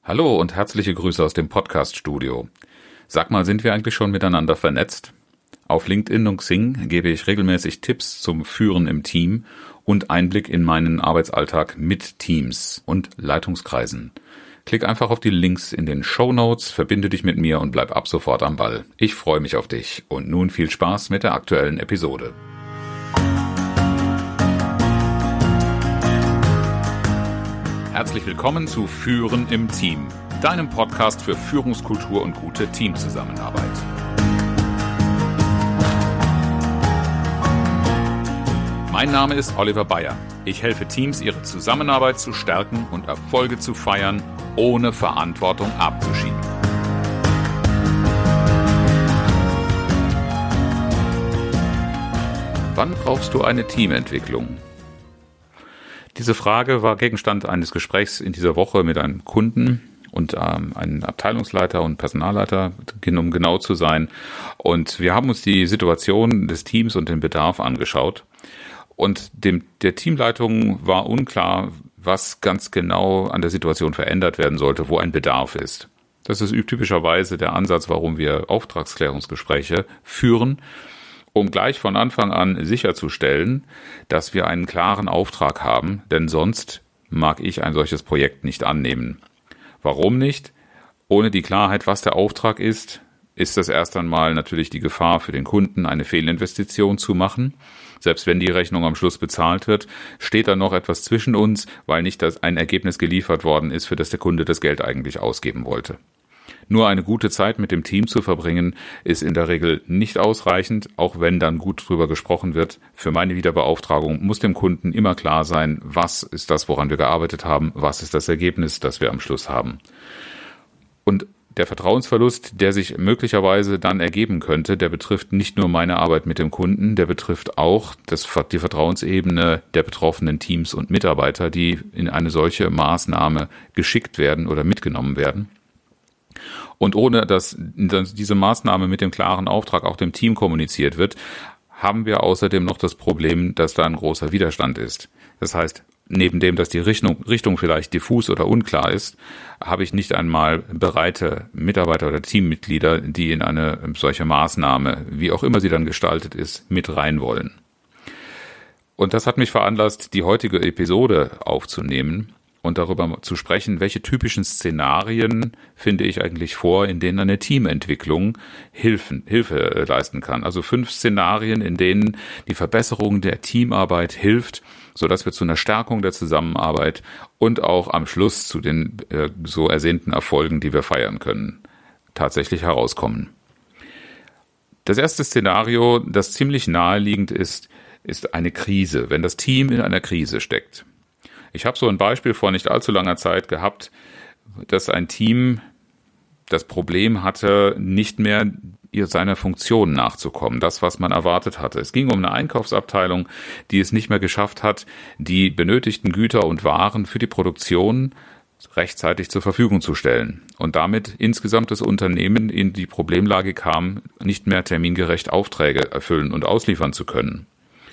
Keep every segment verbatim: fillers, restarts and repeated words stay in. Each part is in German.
Hallo und herzliche Grüße aus dem Podcast-Studio. Sag mal, sind wir eigentlich schon miteinander vernetzt? Auf LinkedIn und Xing gebe ich regelmäßig Tipps zum Führen im Team und Einblick in meinen Arbeitsalltag mit Teams und Leitungskreisen. Klick einfach auf die Links in den Shownotes, verbinde dich mit mir und bleib ab sofort am Ball. Ich freue mich auf dich und nun viel Spaß mit der aktuellen Episode. Herzlich willkommen zu Führen im Team, deinem Podcast für Führungskultur und gute Teamzusammenarbeit. Mein Name ist Oliver Bayer. Ich helfe Teams, ihre Zusammenarbeit zu stärken und Erfolge zu feiern, ohne Verantwortung abzuschieben. Wann brauchst du eine Teamentwicklung? Diese Frage war Gegenstand eines Gesprächs in dieser Woche mit einem Kunden und ähm, einem Abteilungsleiter und Personalleiter, um genau zu sein. Und wir haben uns die Situation des Teams und den Bedarf angeschaut. Und dem, der Teamleitung war unklar, was ganz genau an der Situation verändert werden sollte, wo ein Bedarf ist. Das ist typischerweise der Ansatz, warum wir Auftragsklärungsgespräche führen, um gleich von Anfang an sicherzustellen, dass wir einen klaren Auftrag haben, denn sonst mag ich ein solches Projekt nicht annehmen. Warum nicht? Ohne die Klarheit, was der Auftrag ist, ist das erst einmal natürlich die Gefahr für den Kunden, eine Fehlinvestition zu machen. Selbst wenn die Rechnung am Schluss bezahlt wird, steht da noch etwas zwischen uns, weil nicht das ein Ergebnis geliefert worden ist, für das der Kunde das Geld eigentlich ausgeben wollte. Nur eine gute Zeit mit dem Team zu verbringen, ist in der Regel nicht ausreichend, auch wenn dann gut drüber gesprochen wird. Für meine Wiederbeauftragung muss dem Kunden immer klar sein, was ist das, woran wir gearbeitet haben, was ist das Ergebnis, das wir am Schluss haben. Und der Vertrauensverlust, der sich möglicherweise dann ergeben könnte, der betrifft nicht nur meine Arbeit mit dem Kunden, der betrifft auch das, die Vertrauensebene der betroffenen Teams und Mitarbeiter, die in eine solche Maßnahme geschickt werden oder mitgenommen werden. Und ohne dass diese Maßnahme mit dem klaren Auftrag auch dem Team kommuniziert wird, haben wir außerdem noch das Problem, dass da ein großer Widerstand ist. Das heißt, neben dem, dass die Richtung, Richtung vielleicht diffus oder unklar ist, habe ich nicht einmal bereite Mitarbeiter oder Teammitglieder, die in eine solche Maßnahme, wie auch immer sie dann gestaltet ist, mit rein wollen. Und das hat mich veranlasst, die heutige Episode aufzunehmen und darüber zu sprechen, welche typischen Szenarien finde ich eigentlich vor, in denen eine Teamentwicklung Hilfen, Hilfe leisten kann. Also fünf Szenarien, in denen die Verbesserung der Teamarbeit hilft, sodass wir zu einer Stärkung der Zusammenarbeit und auch am Schluss zu den äh, so ersehnten Erfolgen, die wir feiern können, tatsächlich herauskommen. Das erste Szenario, das ziemlich naheliegend ist, ist eine Krise, wenn das Team in einer Krise steckt. Ich habe so ein Beispiel vor nicht allzu langer Zeit gehabt, dass ein Team das Problem hatte, nicht mehr seiner Funktion nachzukommen, das, was man erwartet hatte. Es ging um eine Einkaufsabteilung, die es nicht mehr geschafft hat, die benötigten Güter und Waren für die Produktion rechtzeitig zur Verfügung zu stellen und damit insgesamt das Unternehmen in die Problemlage kam, nicht mehr termingerecht Aufträge erfüllen und ausliefern zu können.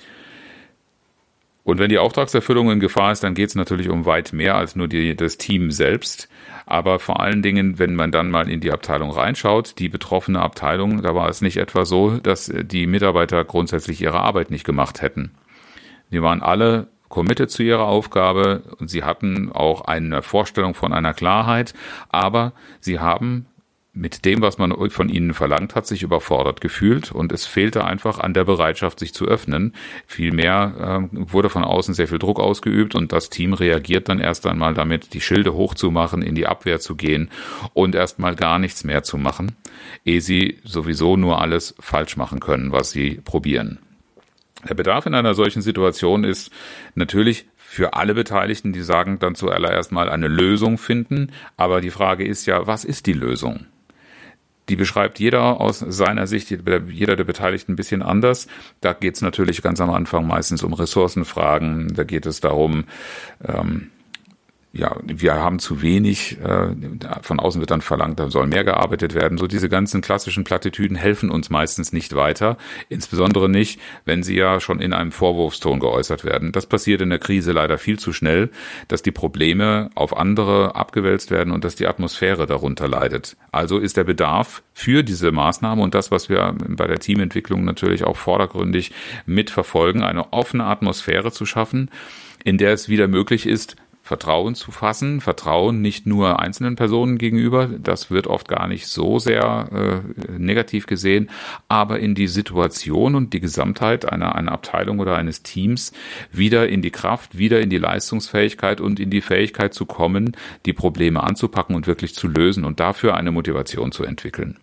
Und wenn die Auftragserfüllung in Gefahr ist, dann geht es natürlich um weit mehr als nur die, das Team selbst. Aber vor allen Dingen, wenn man dann mal in die Abteilung reinschaut, die betroffene Abteilung, da war es nicht etwa so, dass die Mitarbeiter grundsätzlich ihre Arbeit nicht gemacht hätten. Die waren alle committed zu ihrer Aufgabe und sie hatten auch eine Vorstellung von einer Klarheit, aber sie haben mit dem, was man von ihnen verlangt hat, sich überfordert gefühlt und es fehlte einfach an der Bereitschaft, sich zu öffnen. Vielmehr äh, wurde von außen sehr viel Druck ausgeübt und das Team reagiert dann erst einmal damit, die Schilde hochzumachen, in die Abwehr zu gehen und erstmal gar nichts mehr zu machen, ehe sie sowieso nur alles falsch machen können, was sie probieren. Der Bedarf in einer solchen Situation ist natürlich für alle Beteiligten, die sagen dann zuallererst mal eine Lösung finden, aber die Frage ist ja, was ist die Lösung? Die beschreibt jeder aus seiner Sicht, jeder der Beteiligten ein bisschen anders. Da geht es natürlich ganz am Anfang meistens um Ressourcenfragen. Da geht es darum, ähm, ja, wir haben zu wenig, äh, von außen wird dann verlangt, da soll mehr gearbeitet werden. So diese ganzen klassischen Plattitüden helfen uns meistens nicht weiter, insbesondere nicht, wenn sie ja schon in einem Vorwurfston geäußert werden. Das passiert in der Krise leider viel zu schnell, dass die Probleme auf andere abgewälzt werden und dass die Atmosphäre darunter leidet. Also ist der Bedarf für diese Maßnahme und das, was wir bei der Teamentwicklung natürlich auch vordergründig mitverfolgen, eine offene Atmosphäre zu schaffen, in der es wieder möglich ist, Vertrauen zu fassen, Vertrauen nicht nur einzelnen Personen gegenüber, das wird oft gar nicht so sehr äh, negativ gesehen, aber in die Situation und die Gesamtheit einer, einer Abteilung oder eines Teams wieder in die Kraft, wieder in die Leistungsfähigkeit und in die Fähigkeit zu kommen, die Probleme anzupacken und wirklich zu lösen und dafür eine Motivation zu entwickeln.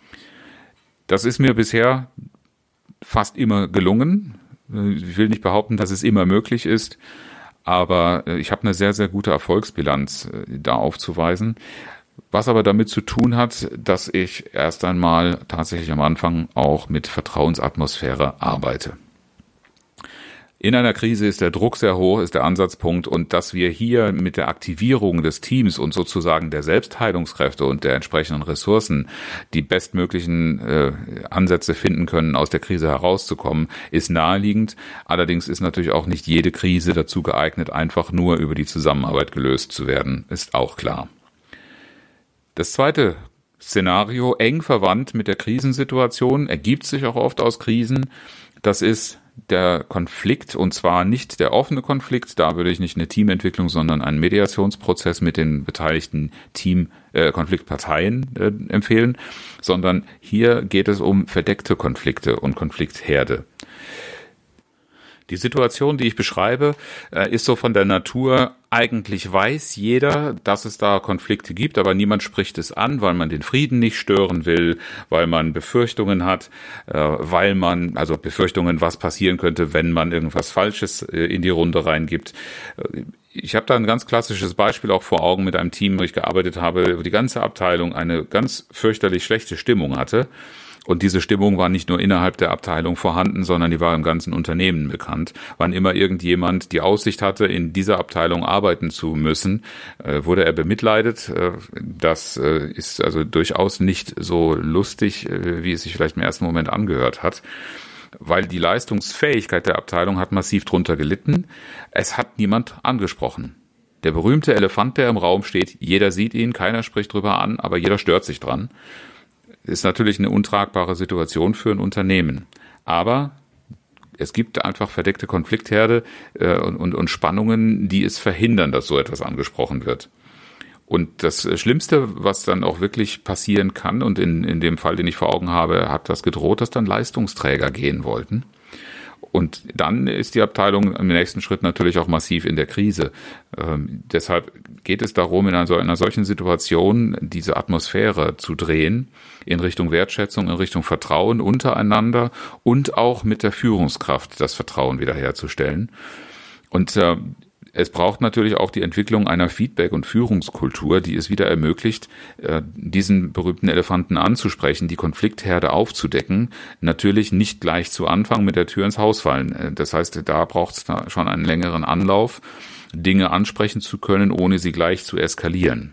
Das ist mir bisher fast immer gelungen. Ich will nicht behaupten, dass es immer möglich ist, aber ich habe eine sehr, sehr gute Erfolgsbilanz da aufzuweisen, was aber damit zu tun hat, dass ich erst einmal tatsächlich am Anfang auch mit Vertrauensatmosphäre arbeite. In einer Krise ist der Druck sehr hoch, ist der Ansatzpunkt, und dass wir hier mit der Aktivierung des Teams und sozusagen der Selbstheilungskräfte und der entsprechenden Ressourcen die bestmöglichen äh, Ansätze finden können, aus der Krise herauszukommen, ist naheliegend. Allerdings ist natürlich auch nicht jede Krise dazu geeignet, einfach nur über die Zusammenarbeit gelöst zu werden, ist auch klar. Das zweite Szenario, eng verwandt mit der Krisensituation, ergibt sich auch oft aus Krisen. Das ist der Konflikt, und zwar nicht der offene Konflikt, da würde ich nicht eine Teamentwicklung, sondern einen Mediationsprozess mit den beteiligten Team äh, Konfliktparteien äh, empfehlen, sondern hier geht es um verdeckte Konflikte und Konfliktherde. Die Situation, die ich beschreibe, ist so von der Natur, eigentlich weiß jeder, dass es da Konflikte gibt, aber niemand spricht es an, weil man den Frieden nicht stören will, weil man Befürchtungen hat, weil man, also Befürchtungen, was passieren könnte, wenn man irgendwas Falsches in die Runde reingibt. Ich habe da ein ganz klassisches Beispiel auch vor Augen mit einem Team, wo ich gearbeitet habe, wo die ganze Abteilung eine ganz fürchterlich schlechte Stimmung hatte. Und diese Stimmung war nicht nur innerhalb der Abteilung vorhanden, sondern die war im ganzen Unternehmen bekannt. Wann immer irgendjemand die Aussicht hatte, in dieser Abteilung arbeiten zu müssen, äh, wurde er bemitleidet. Äh, das äh, ist also durchaus nicht so lustig, äh, wie es sich vielleicht im ersten Moment angehört hat, weil die Leistungsfähigkeit der Abteilung hat massiv drunter gelitten. Es hat niemand angesprochen. Der berühmte Elefant, der im Raum steht, jeder sieht ihn, keiner spricht drüber an, aber jeder stört sich dran. Ist natürlich eine untragbare Situation für ein Unternehmen. Aber es gibt einfach verdeckte Konfliktherde äh, und, und, und Spannungen, die es verhindern, dass so etwas angesprochen wird. Und das Schlimmste, was dann auch wirklich passieren kann, und in, in dem Fall, den ich vor Augen habe, hat das gedroht, dass dann Leistungsträger gehen wollten. Und dann ist die Abteilung im nächsten Schritt natürlich auch massiv in der Krise. Ähm, deshalb geht es darum, in einer, so, in einer solchen Situation diese Atmosphäre zu drehen in Richtung Wertschätzung, in Richtung Vertrauen untereinander und auch mit der Führungskraft das Vertrauen wiederherzustellen. Und äh, es braucht natürlich auch die Entwicklung einer Feedback- und Führungskultur, die es wieder ermöglicht, diesen berühmten Elefanten anzusprechen, die Konfliktherde aufzudecken, natürlich nicht gleich zu Anfang mit der Tür ins Haus fallen. Das heißt, da braucht es schon einen längeren Anlauf, Dinge ansprechen zu können, ohne sie gleich zu eskalieren.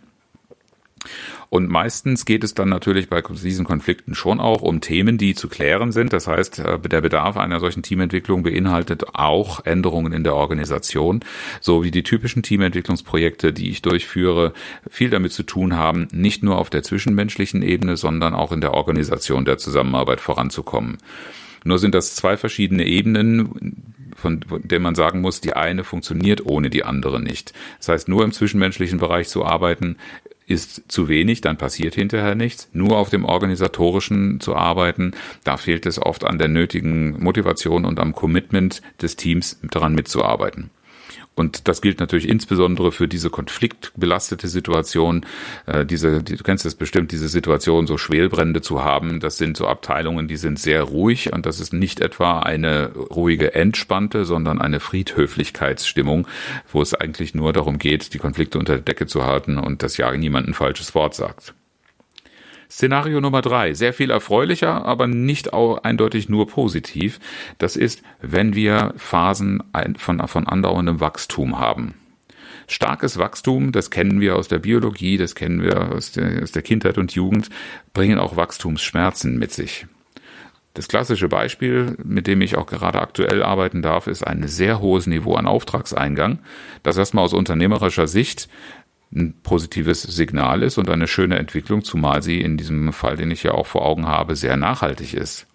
Und meistens geht es dann natürlich bei diesen Konflikten schon auch um Themen, die zu klären sind. Das heißt, der Bedarf einer solchen Teamentwicklung beinhaltet auch Änderungen in der Organisation, so wie die typischen Teamentwicklungsprojekte, die ich durchführe, viel damit zu tun haben, nicht nur auf der zwischenmenschlichen Ebene, sondern auch in der Organisation der Zusammenarbeit voranzukommen. Nur sind das zwei verschiedene Ebenen, von denen man sagen muss, die eine funktioniert ohne die andere nicht. Das heißt, nur im zwischenmenschlichen Bereich zu arbeiten, ist zu wenig, dann passiert hinterher nichts. Nur auf dem Organisatorischen zu arbeiten, da fehlt es oft an der nötigen Motivation und am Commitment des Teams, daran mitzuarbeiten. Und das gilt natürlich insbesondere für diese konfliktbelastete Situation, äh, diese, die, du kennst das bestimmt, diese Situation, so Schwelbrände zu haben. Das sind so Abteilungen, die sind sehr ruhig, und das ist nicht etwa eine ruhige, entspannte, sondern eine Friedhöflichkeitsstimmung, wo es eigentlich nur darum geht, die Konflikte unter der Decke zu halten und dass ja niemand ein falsches Wort sagt. Szenario Nummer drei, sehr viel erfreulicher, aber nicht auch eindeutig nur positiv. Das ist, wenn wir Phasen von, von andauerndem Wachstum haben. Starkes Wachstum, das kennen wir aus der Biologie, das kennen wir aus der, aus der Kindheit und Jugend, bringen auch Wachstumsschmerzen mit sich. Das klassische Beispiel, mit dem ich auch gerade aktuell arbeiten darf, ist ein sehr hohes Niveau an Auftragseingang, das erstmal aus unternehmerischer Sicht ein positives Signal ist und eine schöne Entwicklung, zumal sie in diesem Fall, den ich ja auch vor Augen habe, sehr nachhaltig ist.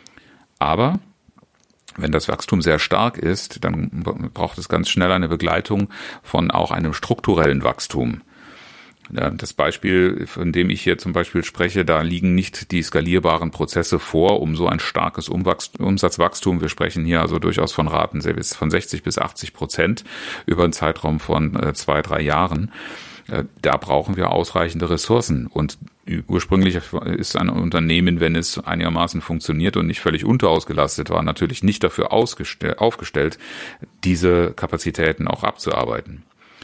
Aber wenn das Wachstum sehr stark ist, dann braucht es ganz schnell eine Begleitung von auch einem strukturellen Wachstum. Ja, das Beispiel, von dem ich hier zum Beispiel spreche, da liegen nicht die skalierbaren Prozesse vor, um so ein starkes Umsatzwachstum, wir sprechen hier also durchaus von Raten von sechzig bis achtzig Prozent über einen Zeitraum von zwei, drei Jahren. Da brauchen wir ausreichende Ressourcen und ursprünglich ist ein Unternehmen, wenn es einigermaßen funktioniert und nicht völlig unterausgelastet war, natürlich nicht dafür aufgestellt, diese Kapazitäten auch abzuarbeiten.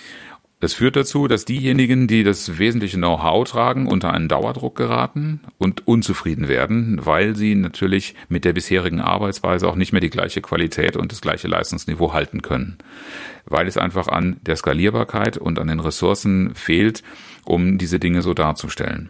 Das führt dazu, dass diejenigen, die das wesentliche Know-how tragen, unter einen Dauerdruck geraten und unzufrieden werden, weil sie natürlich mit der bisherigen Arbeitsweise auch nicht mehr die gleiche Qualität und das gleiche Leistungsniveau halten können. Weil es einfach an der Skalierbarkeit und an den Ressourcen fehlt, um diese Dinge so darzustellen.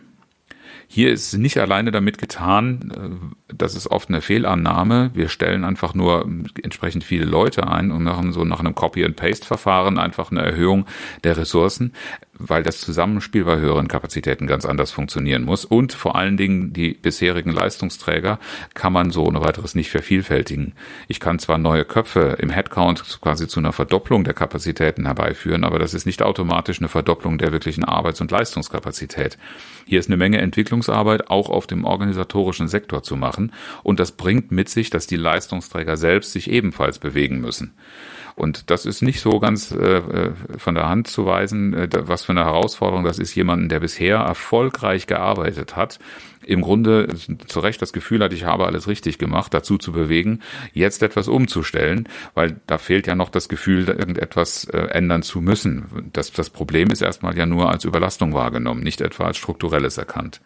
Hier ist nicht alleine damit getan, das ist oft eine Fehlannahme. Wir stellen einfach nur entsprechend viele Leute ein und machen so nach einem Copy-and-Paste-Verfahren einfach eine Erhöhung der Ressourcen, weil das Zusammenspiel bei höheren Kapazitäten ganz anders funktionieren muss. Und vor allen Dingen die bisherigen Leistungsträger kann man so ohne weiteres nicht vervielfältigen. Ich kann zwar neue Köpfe im Headcount quasi zu einer Verdopplung der Kapazitäten herbeiführen, aber das ist nicht automatisch eine Verdopplung der wirklichen Arbeits- und Leistungskapazität. Hier ist eine Menge Entwicklungsarbeit auch auf dem organisatorischen Sektor zu machen und das bringt mit sich, dass die Leistungsträger selbst sich ebenfalls bewegen müssen. Und das ist nicht so ganz äh, von der Hand zu weisen, äh, was für eine Herausforderung das ist, jemanden, der bisher erfolgreich gearbeitet hat, im Grunde zu Recht das Gefühl hat, ich habe alles richtig gemacht, dazu zu bewegen, jetzt etwas umzustellen, weil da fehlt ja noch das Gefühl, irgendetwas äh, ändern zu müssen. Das, das Problem ist erstmal ja nur als Überlastung wahrgenommen, nicht etwa als strukturelles erkannt.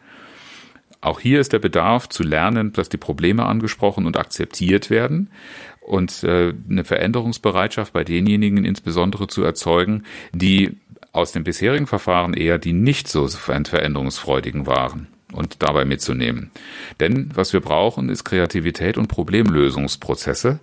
Auch hier ist der Bedarf zu lernen, dass die Probleme angesprochen und akzeptiert werden und äh, eine Veränderungsbereitschaft bei denjenigen insbesondere zu erzeugen, die aus dem bisherigen Verfahren eher die nicht so veränderungsfreudigen waren und dabei mitzunehmen. Denn was wir brauchen, ist Kreativität und Problemlösungsprozesse.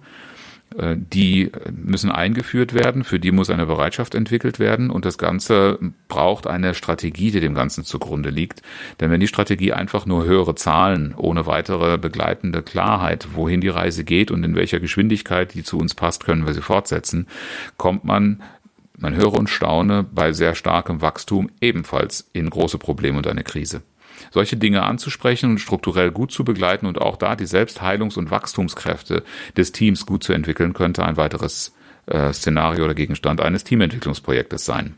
Die müssen eingeführt werden, für die muss eine Bereitschaft entwickelt werden und das Ganze braucht eine Strategie, die dem Ganzen zugrunde liegt. Denn wenn die Strategie einfach nur höhere Zahlen ohne weitere begleitende Klarheit, wohin die Reise geht und in welcher Geschwindigkeit die zu uns passt, können wir sie fortsetzen, kommt man, man höre und staune, bei sehr starkem Wachstum ebenfalls in große Probleme und eine Krise. Solche Dinge anzusprechen und strukturell gut zu begleiten und auch da die Selbstheilungs- und Wachstumskräfte des Teams gut zu entwickeln, könnte ein weiteres äh, Szenario oder Gegenstand eines Teamentwicklungsprojektes sein.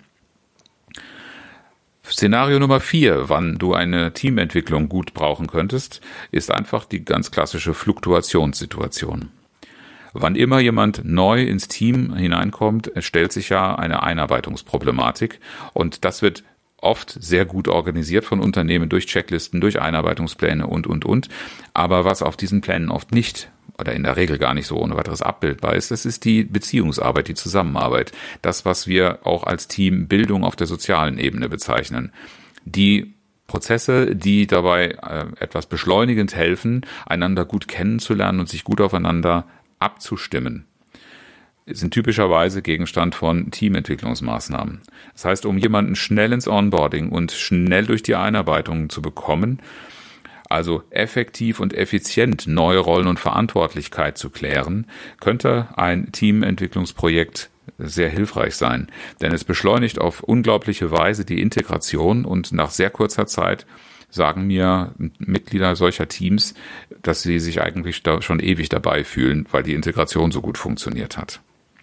Szenario Nummer vier, wann du eine Teamentwicklung gut brauchen könntest, ist einfach die ganz klassische Fluktuationssituation. Wann immer jemand neu ins Team hineinkommt, stellt sich ja eine Einarbeitungsproblematik und das wird oft sehr gut organisiert von Unternehmen durch Checklisten, durch Einarbeitungspläne und, und, und. Aber was auf diesen Plänen oft nicht oder in der Regel gar nicht so ohne weiteres abbildbar ist, das ist die Beziehungsarbeit, die Zusammenarbeit. Das, was wir auch als Teambildung auf der sozialen Ebene bezeichnen. Die Prozesse, die dabei äh, etwas beschleunigend helfen, einander gut kennenzulernen und sich gut aufeinander abzustimmen, sind typischerweise Gegenstand von Teamentwicklungsmaßnahmen. Das heißt, um jemanden schnell ins Onboarding und schnell durch die Einarbeitung zu bekommen, also effektiv und effizient neue Rollen und Verantwortlichkeit zu klären, könnte ein Teamentwicklungsprojekt sehr hilfreich sein. Denn es beschleunigt auf unglaubliche Weise die Integration und nach sehr kurzer Zeit sagen mir Mitglieder solcher Teams, dass sie sich eigentlich da schon ewig dabei fühlen, weil die Integration so gut funktioniert hat.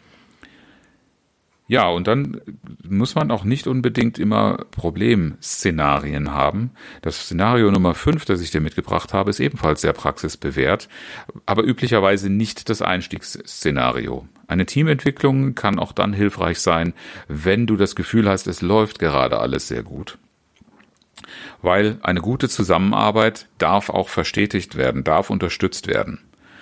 Ja, und dann muss man auch nicht unbedingt immer Problemszenarien haben. Das Szenario Nummer fünf, das ich dir mitgebracht habe, ist ebenfalls sehr praxisbewährt, aber üblicherweise nicht das Einstiegsszenario. Eine Teamentwicklung kann auch dann hilfreich sein, wenn du das Gefühl hast, es läuft gerade alles sehr gut. Weil eine gute Zusammenarbeit darf auch verstetigt werden, darf unterstützt werden.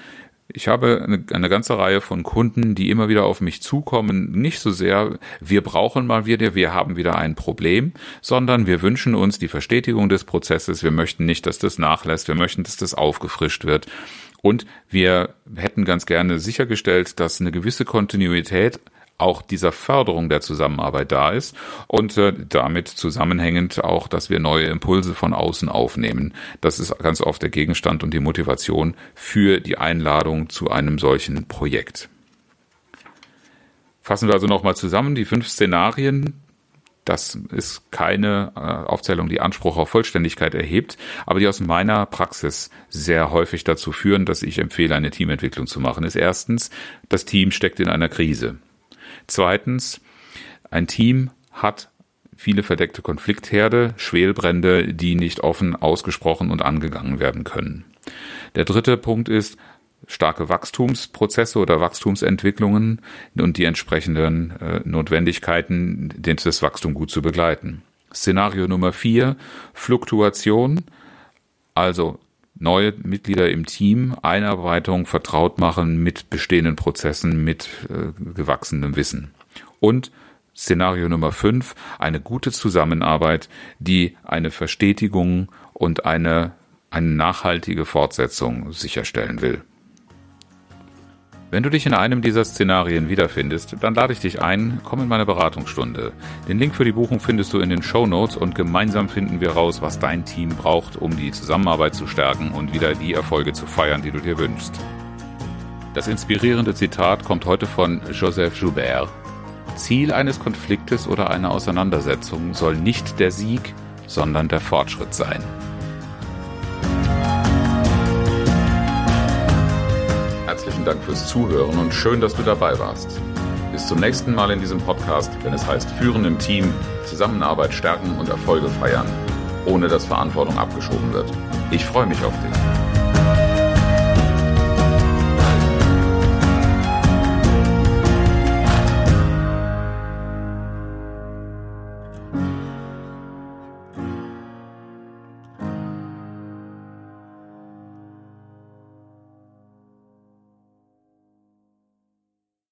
Ich habe eine, eine ganze Reihe von Kunden, die immer wieder auf mich zukommen, nicht so sehr, wir brauchen mal wieder, wir haben wieder ein Problem, sondern wir wünschen uns die Verstetigung des Prozesses, wir möchten nicht, dass das nachlässt, wir möchten, dass das aufgefrischt wird und wir hätten ganz gerne sichergestellt, dass eine gewisse Kontinuität auch dieser Förderung der Zusammenarbeit da ist und äh, damit zusammenhängend auch, dass wir neue Impulse von außen aufnehmen. Das ist ganz oft der Gegenstand und die Motivation für die Einladung zu einem solchen Projekt. Fassen wir also nochmal zusammen, die fünf Szenarien. Das ist keine äh, Aufzählung, die Anspruch auf Vollständigkeit erhebt, aber die aus meiner Praxis sehr häufig dazu führen, dass ich empfehle, eine Teamentwicklung zu machen. Ist erstens, das Team steckt in einer Krise. Zweitens, ein Team hat viele verdeckte Konfliktherde, Schwelbrände, die nicht offen ausgesprochen und angegangen werden können. Der dritte Punkt ist starke Wachstumsprozesse oder Wachstumsentwicklungen und die entsprechenden äh, Notwendigkeiten, das Wachstum gut zu begleiten. Szenario Nummer vier, Fluktuation, also neue Mitglieder im Team, Einarbeitung, vertraut machen mit bestehenden Prozessen, mit äh, gewachsenem Wissen. Und Szenario Nummer fünf, eine gute Zusammenarbeit, die eine Verstetigung und eine, eine nachhaltige Fortsetzung sicherstellen will. Wenn du dich in einem dieser Szenarien wiederfindest, dann lade ich dich ein, komm in meine Beratungsstunde. Den Link für die Buchung findest du in den Shownotes und gemeinsam finden wir raus, was dein Team braucht, um die Zusammenarbeit zu stärken und wieder die Erfolge zu feiern, die du dir wünschst. Das inspirierende Zitat kommt heute von Joseph Joubert. Ziel eines Konfliktes oder einer Auseinandersetzung soll nicht der Sieg, sondern der Fortschritt sein. Herzlichen Dank fürs Zuhören und schön, dass du dabei warst. Bis zum nächsten Mal in diesem Podcast, wenn es heißt Führen im Team, Zusammenarbeit stärken und Erfolge feiern, ohne dass Verantwortung abgeschoben wird. Ich freue mich auf dich.